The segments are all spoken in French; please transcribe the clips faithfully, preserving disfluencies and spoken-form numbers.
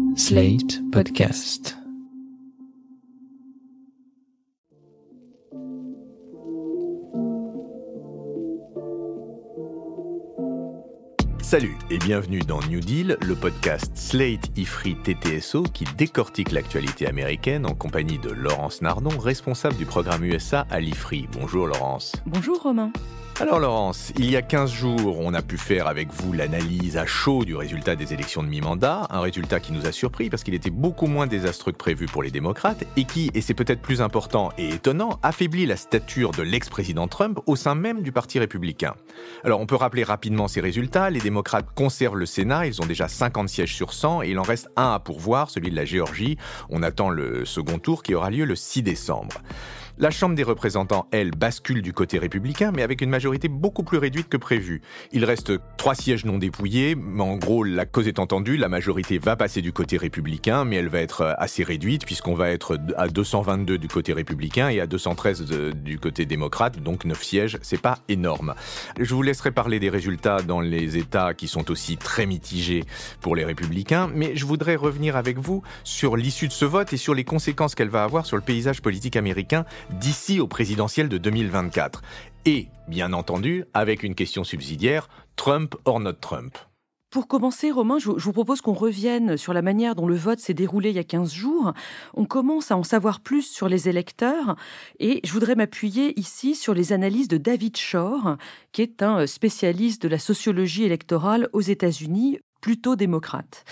Slate Podcast. Salut et bienvenue dans New Deal, le podcast Slate I F R I T T S O qui décortique l'actualité américaine en compagnie de Laurence Nardon, responsable du programme U S A à l'I F R I. Bonjour Laurence. Bonjour Romain. Alors Laurence, il y a quinze jours, on a pu faire avec vous l'analyse à chaud du résultat des élections de mi-mandat, un résultat qui nous a surpris parce qu'il était beaucoup moins désastreux que prévu pour les démocrates et qui, et c'est peut-être plus important et étonnant, affaiblit la stature de l'ex-président Trump au sein même du Parti républicain. Alors on peut rappeler rapidement ces résultats, les démocrates conservent le Sénat, ils ont déjà cinquante sièges sur cent et il en reste un à pourvoir, celui de la Géorgie. On attend le second tour qui aura lieu le six décembre. La Chambre des représentants, elle, bascule du côté républicain, mais avec une majorité beaucoup plus réduite que prévu. Il reste trois sièges non dépouillés, mais en gros, la cause est entendue, la majorité va passer du côté républicain, mais elle va être assez réduite, puisqu'on va être à deux cent vingt-deux du côté républicain et à deux cent treize de, du côté démocrate, donc neuf sièges, c'est pas énorme. Je vous laisserai parler des résultats dans les États qui sont aussi très mitigés pour les républicains, mais je voudrais revenir avec vous sur l'issue de ce vote et sur les conséquences qu'elle va avoir sur le paysage politique américain d'ici au présidentiel de deux mille vingt-quatre. Et, bien entendu, avec une question subsidiaire, Trump or not Trump. Pour commencer, Romain, je vous propose qu'on revienne sur la manière dont le vote s'est déroulé il y a quinze jours. On commence à en savoir plus sur les électeurs et je voudrais m'appuyer ici sur les analyses de David Shor, qui est un spécialiste de la sociologie électorale aux États-Unis, plutôt démocrate.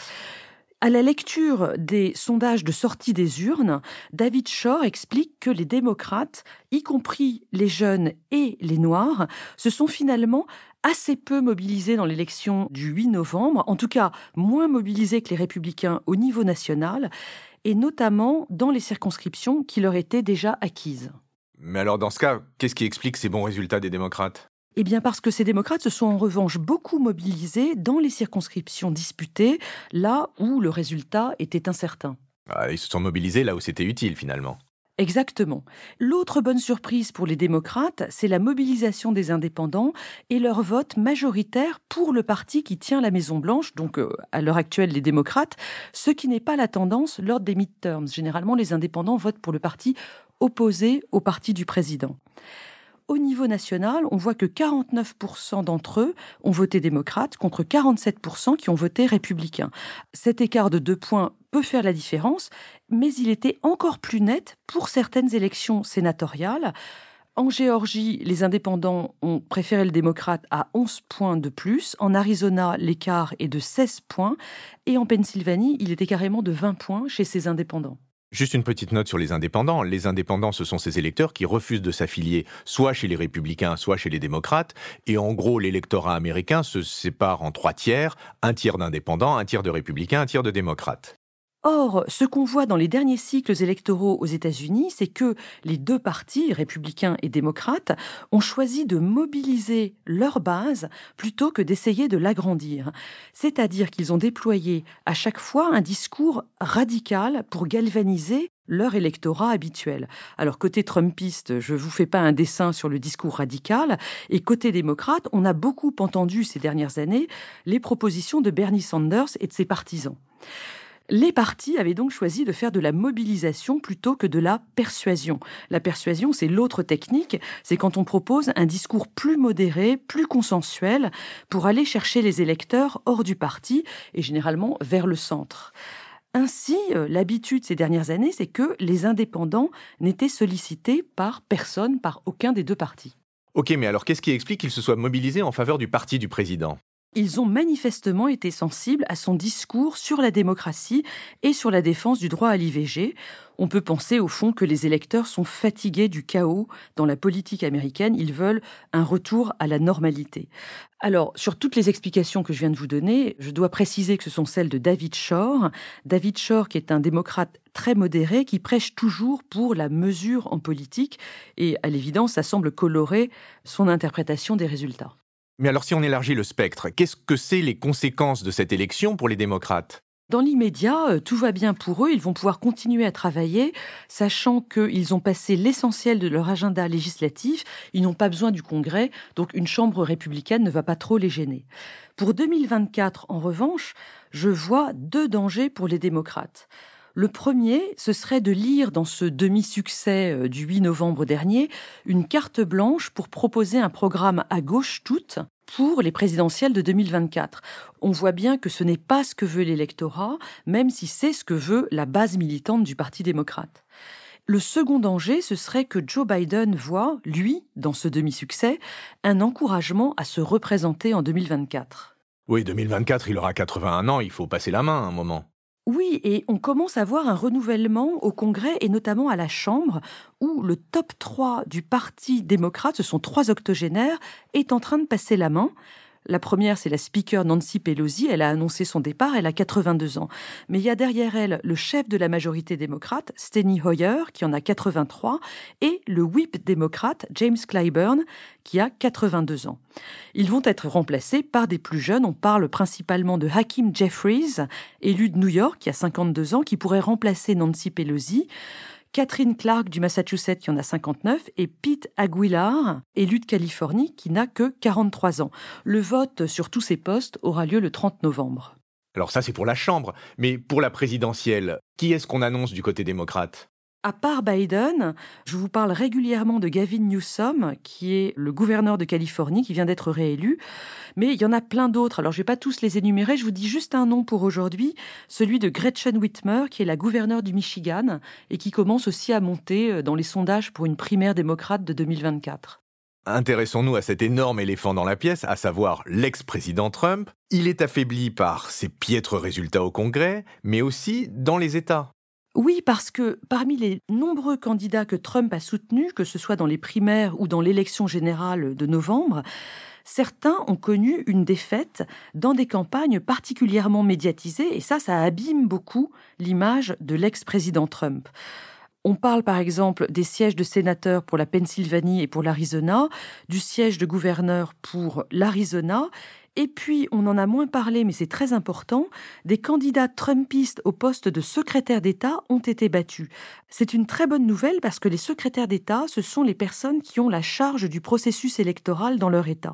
À la lecture des sondages de sortie des urnes, David Shor explique que les démocrates, y compris les jeunes et les noirs, se sont finalement assez peu mobilisés dans l'élection du huit novembre, en tout cas moins mobilisés que les républicains au niveau national, et notamment dans les circonscriptions qui leur étaient déjà acquises. Mais alors dans ce cas, qu'est-ce qui explique ces bons résultats des démocrates ? Eh bien parce que ces démocrates se sont en revanche beaucoup mobilisés dans les circonscriptions disputées, là où le résultat était incertain. Ah, ils se sont mobilisés là où c'était utile finalement. Exactement. L'autre bonne surprise pour les démocrates, c'est la mobilisation des indépendants et leur vote majoritaire pour le parti qui tient la Maison-Blanche, donc euh, à l'heure actuelle les démocrates, ce qui n'est pas la tendance lors des midterms. Généralement, les indépendants votent pour le parti opposé au parti du président. Au niveau national, on voit que quarante-neuf pour cent d'entre eux ont voté démocrate contre quarante-sept pour cent qui ont voté républicain. Cet écart de deux points peut faire la différence, mais il était encore plus net pour certaines élections sénatoriales. En Géorgie, les indépendants ont préféré le démocrate à onze points de plus. En Arizona, l'écart est de seize points. Et en Pennsylvanie, il était carrément de vingt points chez ces indépendants. Juste une petite note sur les indépendants. Les indépendants, ce sont ces électeurs qui refusent de s'affilier soit chez les républicains, soit chez les démocrates. Et en gros, l'électorat américain se sépare en trois tiers, un tiers d'indépendants, un tiers de républicains, un tiers de démocrates. Or, ce qu'on voit dans les derniers cycles électoraux aux États-Unis, c'est que les deux partis, républicains et démocrates, ont choisi de mobiliser leur base plutôt que d'essayer de l'agrandir. C'est-à-dire qu'ils ont déployé à chaque fois un discours radical pour galvaniser leur électorat habituel. Alors, côté trumpiste, je ne vous fais pas un dessin sur le discours radical, et côté démocrate, on a beaucoup entendu ces dernières années les propositions de Bernie Sanders et de ses partisans. Les partis avaient donc choisi de faire de la mobilisation plutôt que de la persuasion. La persuasion, c'est l'autre technique, c'est quand on propose un discours plus modéré, plus consensuel, pour aller chercher les électeurs hors du parti et généralement vers le centre. Ainsi, l'habitude ces dernières années, c'est que les indépendants n'étaient sollicités par personne, par aucun des deux partis. Ok, mais alors qu'est-ce qui explique qu'ils se soient mobilisés en faveur du parti du président ? Ils ont manifestement été sensibles à son discours sur la démocratie et sur la défense du droit à l'I V G. On peut penser au fond que les électeurs sont fatigués du chaos dans la politique américaine. Ils veulent un retour à la normalité. Alors, sur toutes les explications que je viens de vous donner, je dois préciser que ce sont celles de David Shor. David Shor, qui est un démocrate très modéré, qui prêche toujours pour la mesure en politique. Et à l'évidence, ça semble colorer son interprétation des résultats. Mais alors si on élargit le spectre, qu'est-ce que c'est les conséquences de cette élection pour les démocrates ? Dans l'immédiat, tout va bien pour eux. Ils vont pouvoir continuer à travailler, sachant qu'ils ont passé l'essentiel de leur agenda législatif. Ils n'ont pas besoin du Congrès, donc une chambre républicaine ne va pas trop les gêner. Pour deux mille vingt-quatre, en revanche, je vois deux dangers pour les démocrates. Le premier, ce serait de lire dans ce demi-succès du huit novembre dernier une carte blanche pour proposer un programme à gauche toute pour les présidentielles de deux mille vingt-quatre. On voit bien que ce n'est pas ce que veut l'électorat, même si c'est ce que veut la base militante du Parti démocrate. Le second danger, ce serait que Joe Biden voit, lui, dans ce demi-succès, un encouragement à se représenter en deux mille vingt-quatre. Oui, deux mille vingt-quatre, il aura quatre-vingt-un ans, il faut passer la main à un moment. Oui, et on commence à voir un renouvellement au Congrès et notamment à la Chambre, où le top trois du Parti démocrate, ce sont trois octogénaires, est en train de passer la main. La première, c'est la speaker Nancy Pelosi. Elle a annoncé son départ, elle a quatre-vingt-deux ans. Mais il y a derrière elle le chef de la majorité démocrate, Steny Hoyer, qui en a quatre-vingt-trois, et le whip démocrate, James Clyburn, qui a quatre-vingt-deux ans. Ils vont être remplacés par des plus jeunes. On parle principalement de Hakeem Jeffries, élu de New York, qui a cinquante-deux ans, qui pourrait remplacer Nancy Pelosi. Catherine Clark du Massachusetts qui en a cinquante-neuf et Pete Aguilar, élu de Californie, qui n'a que quarante-trois ans. Le vote sur tous ces postes aura lieu le trente novembre. Alors ça, c'est pour la Chambre. Mais pour la présidentielle, qui est-ce qu'on annonce du côté démocrate ? À part Biden, je vous parle régulièrement de Gavin Newsom, qui est le gouverneur de Californie, qui vient d'être réélu. Mais il y en a plein d'autres. Alors, je ne vais pas tous les énumérer. Je vous dis juste un nom pour aujourd'hui, celui de Gretchen Whitmer, qui est la gouverneure du Michigan et qui commence aussi à monter dans les sondages pour une primaire démocrate de deux mille vingt-quatre. Intéressons-nous à cet énorme éléphant dans la pièce, à savoir l'ex-président Trump. Il est affaibli par ses piètres résultats au Congrès, mais aussi dans les États. Oui, parce que parmi les nombreux candidats que Trump a soutenus, que ce soit dans les primaires ou dans l'élection générale de novembre, certains ont connu une défaite dans des campagnes particulièrement médiatisées, et ça, ça abîme beaucoup l'image de l'ex-président Trump. On parle par exemple des sièges de sénateurs pour la Pennsylvanie et pour l'Arizona, du siège de gouverneur pour l'Arizona. Et puis, on en a moins parlé, mais c'est très important, des candidats trumpistes au poste de secrétaire d'État ont été battus. C'est une très bonne nouvelle parce que les secrétaires d'État, ce sont les personnes qui ont la charge du processus électoral dans leur État.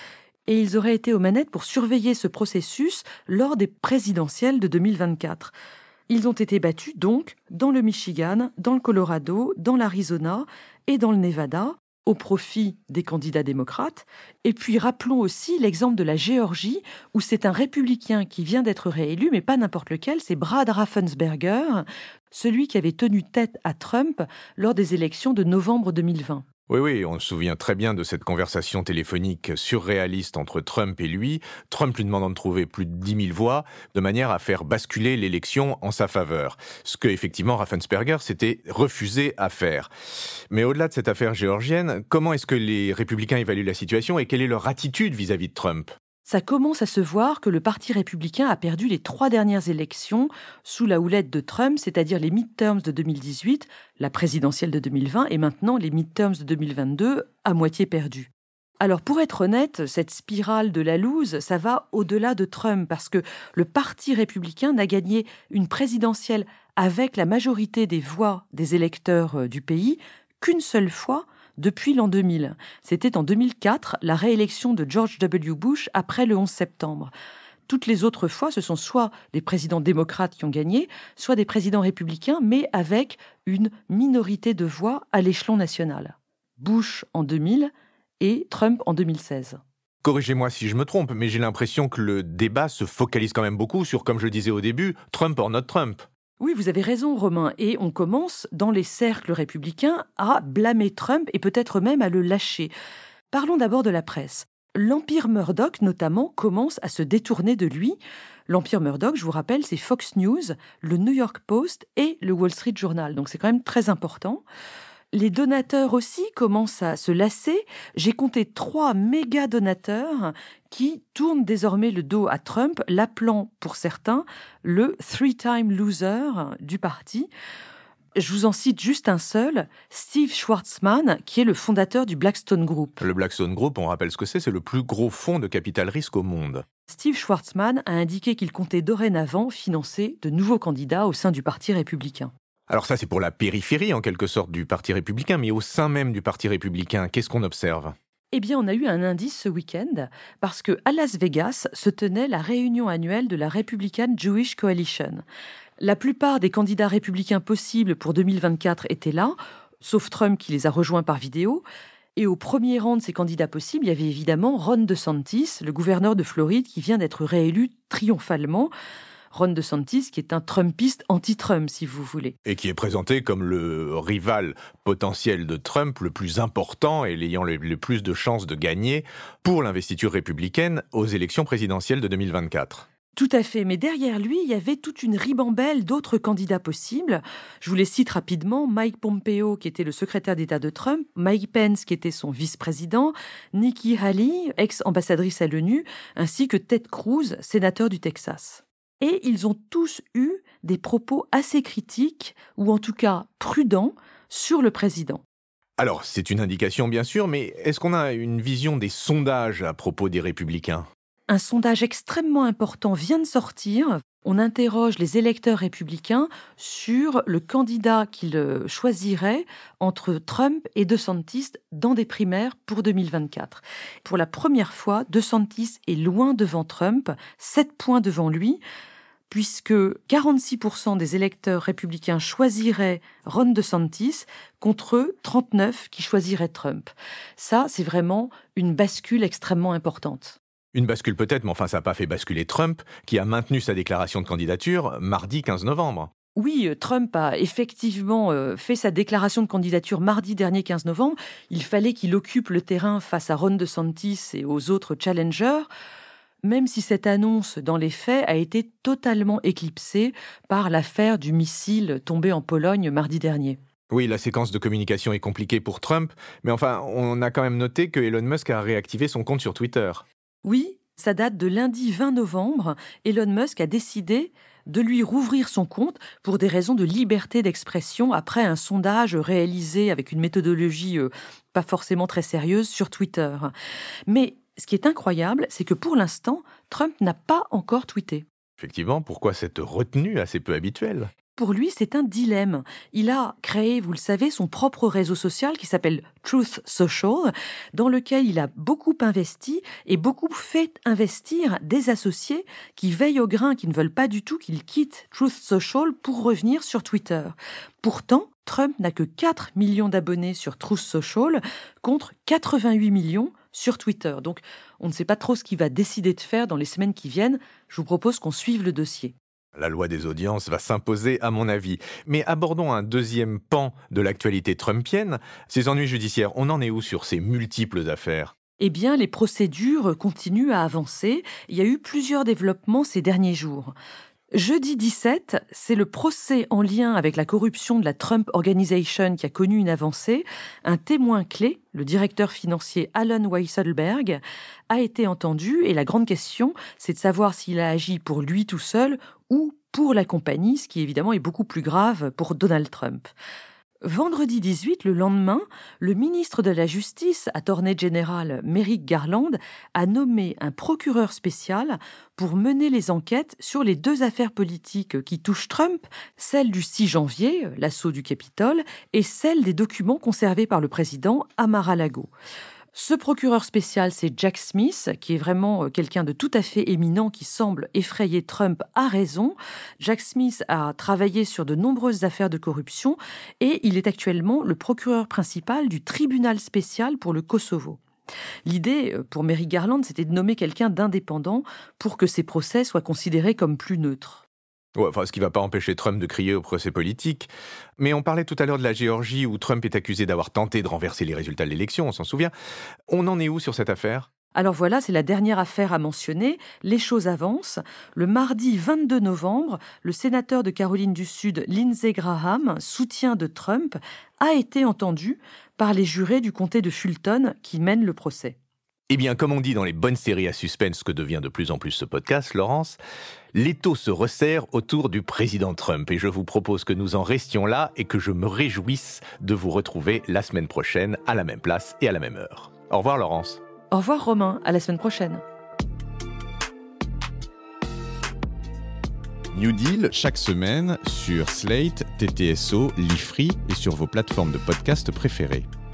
Et ils auraient été aux manettes pour surveiller ce processus lors des présidentielles de deux mille vingt-quatre. Ils ont été battus donc dans le Michigan, dans le Colorado, dans l'Arizona et dans le Nevada, au profit des candidats démocrates. Et puis rappelons aussi l'exemple de la Géorgie, où c'est un républicain qui vient d'être réélu, mais pas n'importe lequel, c'est Brad Raffensperger, celui qui avait tenu tête à Trump lors des élections de novembre deux mille vingt. Oui, oui, on se souvient très bien de cette conversation téléphonique surréaliste entre Trump et lui, Trump lui demandant de trouver plus de dix mille voix, de manière à faire basculer l'élection en sa faveur. Ce que, effectivement, Raffensperger s'était refusé à faire. Mais au-delà de cette affaire géorgienne, comment est-ce que les républicains évaluent la situation et quelle est leur attitude vis-à-vis de Trump ? Ça commence à se voir que le Parti républicain a perdu les trois dernières élections sous la houlette de Trump, c'est-à-dire les midterms de deux mille dix-huit, la présidentielle de deux mille vingt et maintenant les midterms de deux mille vingt-deux, à moitié perdus. Alors pour être honnête, cette spirale de la loose, ça va au-delà de Trump parce que le Parti républicain n'a gagné une présidentielle avec la majorité des voix des électeurs du pays qu'une seule fois depuis l'an deux mille. C'était en deux mille quatre, la réélection de George W. Bush après le onze septembre. Toutes les autres fois, ce sont soit des présidents démocrates qui ont gagné, soit des présidents républicains, mais avec une minorité de voix à l'échelon national. Bush en deux mille et Trump en deux mille seize. Corrigez-moi si je me trompe, mais j'ai l'impression que le débat se focalise quand même beaucoup sur, comme je le disais au début, Trump or not Trump. Oui, vous avez raison, Romain. Et on commence, dans les cercles républicains, à blâmer Trump et peut-être même à le lâcher. Parlons d'abord de la presse. L'empire Murdoch, notamment, commence à se détourner de lui. L'empire Murdoch, je vous rappelle, c'est Fox News, le New York Post et le Wall Street Journal. Donc c'est quand même très important. Les donateurs aussi commencent à se lasser. J'ai compté trois méga donateurs qui tournent désormais le dos à Trump, l'appelant pour certains le three-time loser du parti. Je vous en cite juste un seul, Steve Schwarzman, qui est le fondateur du Blackstone Group. Le Blackstone Group, on rappelle ce que c'est, c'est le plus gros fonds de capital risque au monde. Steve Schwarzman a indiqué qu'il comptait dorénavant financer de nouveaux candidats au sein du Parti républicain. Alors ça, c'est pour la périphérie, en quelque sorte, du Parti républicain, mais au sein même du Parti républicain, qu'est-ce qu'on observe ? Eh bien, on a eu un indice ce week-end parce que à Las Vegas se tenait la réunion annuelle de la Republican Jewish Coalition. La plupart des candidats républicains possibles pour deux mille vingt-quatre étaient là, sauf Trump qui les a rejoints par vidéo. Et au premier rang de ces candidats possibles, il y avait évidemment Ron DeSantis, le gouverneur de Floride qui vient d'être réélu triomphalement. Ron DeSantis, qui est un Trumpiste anti-Trump, si vous voulez. Et qui est présenté comme le rival potentiel de Trump le plus important et l'ayant le, le plus de chances de gagner pour l'investiture républicaine aux élections présidentielles de deux mille vingt-quatre. Tout à fait, mais derrière lui, il y avait toute une ribambelle d'autres candidats possibles. Je vous les cite rapidement. Mike Pompeo, qui était le secrétaire d'État de Trump, Mike Pence, qui était son vice-président, Nikki Haley, ex-ambassadrice à l'ONU, ainsi que Ted Cruz, sénateur du Texas. Et ils ont tous eu des propos assez critiques, ou en tout cas prudents, sur le président. Alors, c'est une indication bien sûr, mais est-ce qu'on a une vision des sondages à propos des républicains ? Un sondage extrêmement important vient de sortir. On interroge les électeurs républicains sur le candidat qu'ils choisiraient entre Trump et DeSantis dans des primaires pour deux mille vingt-quatre. Pour la première fois, DeSantis est loin devant Trump, sept points devant lui, puisque quarante-six pour cent des électeurs républicains choisiraient Ron DeSantis contre trente-neuf qui choisiraient Trump. Ça, c'est vraiment une bascule extrêmement importante. Une bascule peut-être, mais enfin ça n'a pas fait basculer Trump, qui a maintenu sa déclaration de candidature mardi quinze novembre. Oui, Trump a effectivement fait sa déclaration de candidature mardi dernier quinze novembre. Il fallait qu'il occupe le terrain face à Ron DeSantis et aux autres challengers, même si cette annonce, dans les faits, a été totalement éclipsée par l'affaire du missile tombé en Pologne mardi dernier. Oui, la séquence de communication est compliquée pour Trump, mais enfin, on a quand même noté que Elon Musk a réactivé son compte sur Twitter. Oui, ça date de lundi vingt novembre. Elon Musk a décidé de lui rouvrir son compte pour des raisons de liberté d'expression après un sondage réalisé avec une méthodologie euh, pas forcément très sérieuse sur Twitter. Mais ce qui est incroyable, c'est que pour l'instant, Trump n'a pas encore tweeté. Effectivement, pourquoi cette retenue assez peu habituelle ? Pour lui, c'est un dilemme. Il a créé, vous le savez, son propre réseau social qui s'appelle Truth Social, dans lequel il a beaucoup investi et beaucoup fait investir des associés qui veillent au grain, qui ne veulent pas du tout qu'il quitte Truth Social pour revenir sur Twitter. Pourtant, Trump n'a que quatre millions d'abonnés sur Truth Social contre quatre-vingt-huit millions sur Twitter. Donc, on ne sait pas trop ce qu'il va décider de faire dans les semaines qui viennent. Je vous propose qu'on suive le dossier. La loi des audiences va s'imposer, à mon avis. Mais abordons un deuxième pan de l'actualité trumpienne, ces ennuis judiciaires. On en est où sur ces multiples affaires ? Eh bien, les procédures continuent à avancer. Il y a eu plusieurs développements ces derniers jours. Jeudi dix-sept, c'est le procès en lien avec la corruption de la Trump Organization qui a connu une avancée. Un témoin clé, le directeur financier Alan Weisselberg, a été entendu et la grande question, c'est de savoir s'il a agi pour lui tout seul ou pour la compagnie, ce qui évidemment est beaucoup plus grave pour Donald Trump. Vendredi dix-huit, le lendemain, le ministre de la Justice, Attorney General Merrick Garland, a nommé un procureur spécial pour mener les enquêtes sur les deux affaires politiques qui touchent Trump, celle du six janvier, l'assaut du Capitole, et celle des documents conservés par le président à Mar-a-Lago. Ce procureur spécial, c'est Jack Smith, qui est vraiment quelqu'un de tout à fait éminent, qui semble effrayer Trump à raison. Jack Smith a travaillé sur de nombreuses affaires de corruption et il est actuellement le procureur principal du tribunal spécial pour le Kosovo. L'idée pour Merrick Garland, c'était de nommer quelqu'un d'indépendant pour que ces procès soient considérés comme plus neutres. Ouais, enfin, ce qui ne va pas empêcher Trump de crier au procès politique. Mais on parlait tout à l'heure de la Géorgie où Trump est accusé d'avoir tenté de renverser les résultats de l'élection, on s'en souvient. On en est où sur cette affaire ? Alors voilà, c'est la dernière affaire à mentionner. Les choses avancent. Le mardi vingt-deux novembre, le sénateur de Caroline du Sud, Lindsey Graham, soutien de Trump, a été entendu par les jurés du comté de Fulton qui mènent le procès. Eh bien, comme on dit dans les bonnes séries à suspense que devient de plus en plus ce podcast, Laurence, l'étau se resserre autour du président Trump. Et je vous propose que nous en restions là et que je me réjouisse de vous retrouver la semaine prochaine à la même place et à la même heure. Au revoir, Laurence. Au revoir, Romain. À la semaine prochaine. New Deal, chaque semaine, sur Slate, T T S O, Lifree et sur vos plateformes de podcast préférées.